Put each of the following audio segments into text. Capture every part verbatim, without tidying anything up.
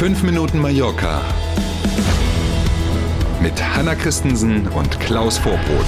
fünf Minuten Mallorca mit Hanna Christensen und Klaus Vorbrot.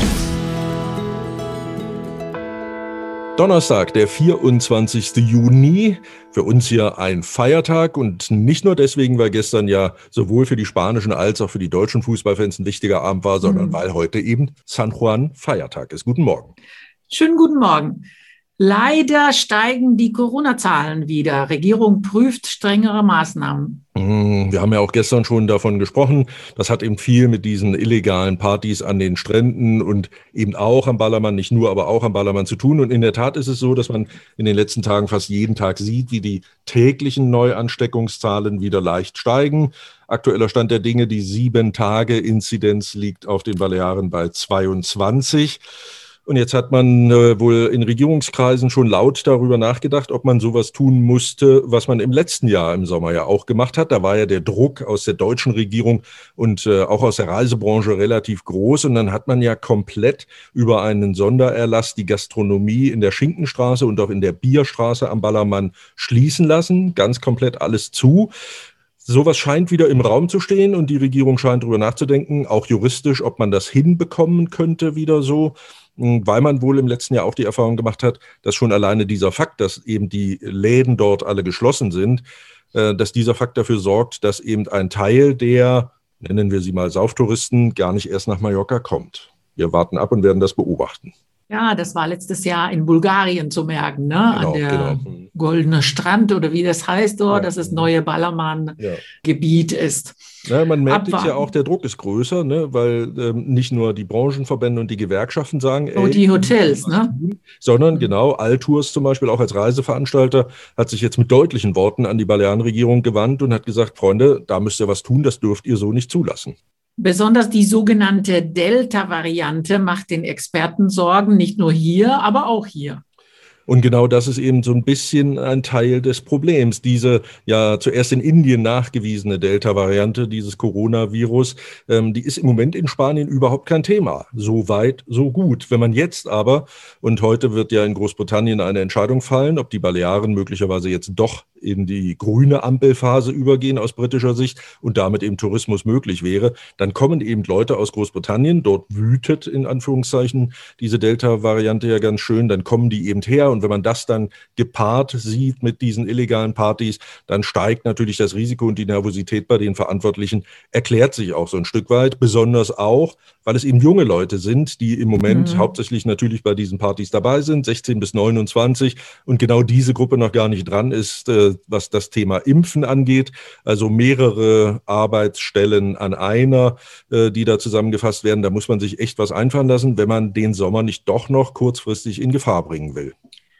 Donnerstag, der vierundzwanzigste Juni, für uns hier ein Feiertag und nicht nur deswegen, weil gestern ja sowohl für die spanischen als auch für die deutschen Fußballfans ein wichtiger Abend war, sondern mhm. weil heute eben San Juan Feiertag ist. Guten Morgen. Schönen guten Morgen. Leider steigen die Corona-Zahlen wieder. Regierung prüft strengere Maßnahmen. Wir haben ja auch gestern schon davon gesprochen. Das hat eben viel mit diesen illegalen Partys an den Stränden und eben auch am Ballermann, nicht nur, aber auch am Ballermann zu tun. Und in der Tat ist es so, dass man in den letzten Tagen fast jeden Tag sieht, wie die täglichen Neuansteckungszahlen wieder leicht steigen. Aktueller Stand der Dinge, die sieben-Tage-Inzidenz liegt auf den Balearen bei zweiundzwanzig. Und jetzt hat man äh, wohl in Regierungskreisen schon laut darüber nachgedacht, ob man sowas tun musste, was man im letzten Jahr im Sommer ja auch gemacht hat. Da war ja der Druck aus der deutschen Regierung und äh, auch aus der Reisebranche relativ groß. Und dann hat man ja komplett über einen Sondererlass die Gastronomie in der Schinkenstraße und auch in der Bierstraße am Ballermann schließen lassen. Ganz komplett alles zu. Sowas scheint wieder im Raum zu stehen und die Regierung scheint darüber nachzudenken, auch juristisch, ob man das hinbekommen könnte wieder so. Weil man wohl im letzten Jahr auch die Erfahrung gemacht hat, dass schon alleine dieser Fakt, dass eben die Läden dort alle geschlossen sind, dass dieser Fakt dafür sorgt, dass eben ein Teil der, nennen wir sie mal Sauftouristen, gar nicht erst nach Mallorca kommt. Wir warten ab und werden das beobachten. Ja, das war letztes Jahr in Bulgarien zu merken, ne? Genau, An der genau. Goldene Strand oder wie das heißt dort, Ja. dass es neue Ballermann-Gebiet ja. ist. Ja, man merkt jetzt Abwarten. ja auch, der Druck ist größer, ne? Weil ähm, nicht nur die Branchenverbände und die Gewerkschaften sagen, oh, ey, die Hotels, ne? Tun, sondern Mhm. genau, Altours zum Beispiel auch als Reiseveranstalter hat sich jetzt mit deutlichen Worten an die Balearenregierung gewandt und hat gesagt, Freunde, da müsst ihr was tun, das dürft ihr so nicht zulassen. Besonders die sogenannte Delta-Variante macht den Experten Sorgen, nicht nur hier, aber auch hier. Und genau das ist eben so ein bisschen ein Teil des Problems. Diese ja zuerst in Indien nachgewiesene Delta-Variante dieses Coronavirus, ähm, die ist im Moment in Spanien überhaupt kein Thema. So weit, so gut. Wenn man jetzt aber, und heute wird ja in Großbritannien eine Entscheidung fallen, ob die Balearen möglicherweise jetzt doch in die grüne Ampelphase übergehen aus britischer Sicht und damit eben Tourismus möglich wäre, dann kommen eben Leute aus Großbritannien, dort wütet in Anführungszeichen diese Delta-Variante ja ganz schön, dann kommen die eben her und wenn man das dann gepaart sieht mit diesen illegalen Partys, dann steigt natürlich das Risiko und die Nervosität bei den Verantwortlichen erklärt sich auch so ein Stück weit, besonders auch, weil es eben junge Leute sind, die im Moment mhm. hauptsächlich natürlich bei diesen Partys dabei sind, sechzehn bis neunundzwanzig und genau diese Gruppe noch gar nicht dran ist, äh, was das Thema Impfen angeht, also mehrere Arbeitsstellen an einer, äh, die da zusammengefasst werden, da muss man sich echt was einfallen lassen, wenn man den Sommer nicht doch noch kurzfristig in Gefahr bringen will.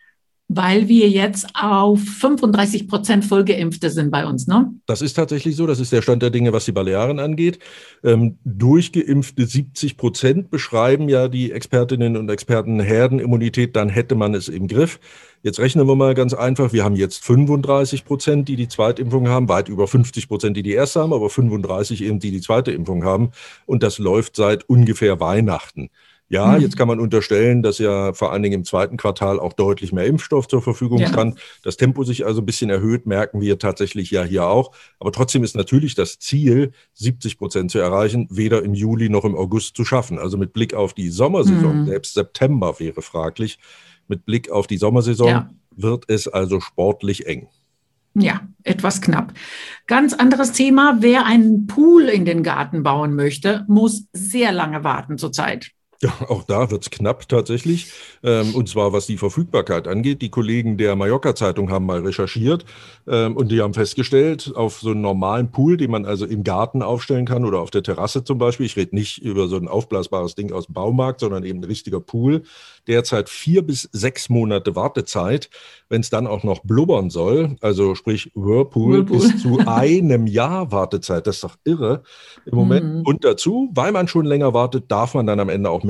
Weil wir jetzt auf fünfunddreißig Prozent Vollgeimpfte sind bei uns, ne? Das ist tatsächlich so, das ist der Stand der Dinge, was die Balearen angeht. Ähm, durchgeimpfte siebzig Prozent beschreiben ja die Expertinnen und Experten Herdenimmunität, dann hätte man es im Griff. Jetzt rechnen wir mal ganz einfach, wir haben jetzt fünfunddreißig Prozent, die die Zweitimpfung haben, weit über fünfzig Prozent, die die erste haben, aber fünfunddreißig eben, die die zweite Impfung haben. Und das läuft seit ungefähr Weihnachten. Ja, jetzt kann man unterstellen, dass ja vor allen Dingen im zweiten Quartal auch deutlich mehr Impfstoff zur Verfügung Ja. stand. Das Tempo sich also ein bisschen erhöht, merken wir tatsächlich ja hier auch. Aber trotzdem ist natürlich das Ziel, siebzig Prozent zu erreichen, weder im Juli noch im August zu schaffen. Also mit Blick auf die Sommersaison, Mhm. selbst September wäre fraglich. Mit Blick auf die Sommersaison Ja. wird es also sportlich eng. Ja, etwas knapp. Ganz anderes Thema. Wer einen Pool in den Garten bauen möchte, muss sehr lange warten zurzeit. Ja, auch da wird's knapp tatsächlich, ähm, und zwar was die Verfügbarkeit angeht. Die Kollegen der Mallorca-Zeitung haben mal recherchiert ähm, und die haben festgestellt, auf so einen normalen Pool, den man also im Garten aufstellen kann oder auf der Terrasse zum Beispiel, ich rede nicht über so ein aufblasbares Ding aus dem Baumarkt, sondern eben ein richtiger Pool, derzeit vier bis sechs Monate Wartezeit. Wenn es dann auch noch blubbern soll, also sprich Whirlpool, Whirlpool. bis zu einem Jahr Wartezeit, das ist doch irre im Moment. Mhm. Und dazu, weil man schon länger wartet, darf man dann am Ende auch mehr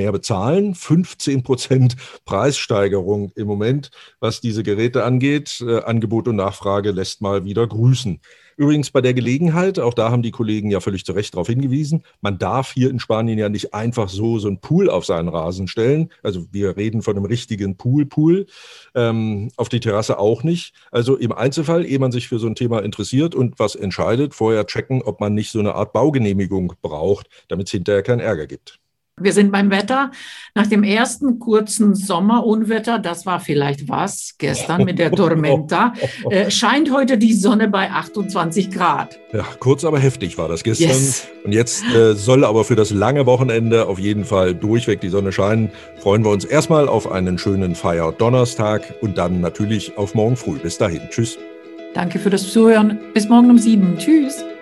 mehr bezahlen. fünfzehn Prozent Preissteigerung im Moment, was diese Geräte angeht. Äh, Angebot und Nachfrage lässt mal wieder grüßen. Übrigens bei der Gelegenheit, auch da haben die Kollegen ja völlig zu Recht darauf hingewiesen, man darf hier in Spanien ja nicht einfach so so ein Pool auf seinen Rasen stellen. Also wir reden von einem richtigen Pool-Pool, ähm, auf die Terrasse auch nicht. Also im Einzelfall, ehe man sich für so ein Thema interessiert und was entscheidet, vorher checken, ob man nicht so eine Art Baugenehmigung braucht, damit es hinterher keinen Ärger gibt. Wir sind beim Wetter. Nach dem ersten kurzen Sommerunwetter, das war vielleicht was gestern mit der Tormenta, äh, scheint heute die Sonne bei achtundzwanzig Grad. Ja, kurz aber heftig war das gestern. Yes. Und jetzt äh, soll aber für das lange Wochenende auf jeden Fall durchweg die Sonne scheinen. Freuen wir uns erstmal auf einen schönen Feierdonnerstag und dann natürlich auf morgen früh. Bis dahin. Tschüss. Danke für das Zuhören. Bis morgen um sieben. Tschüss.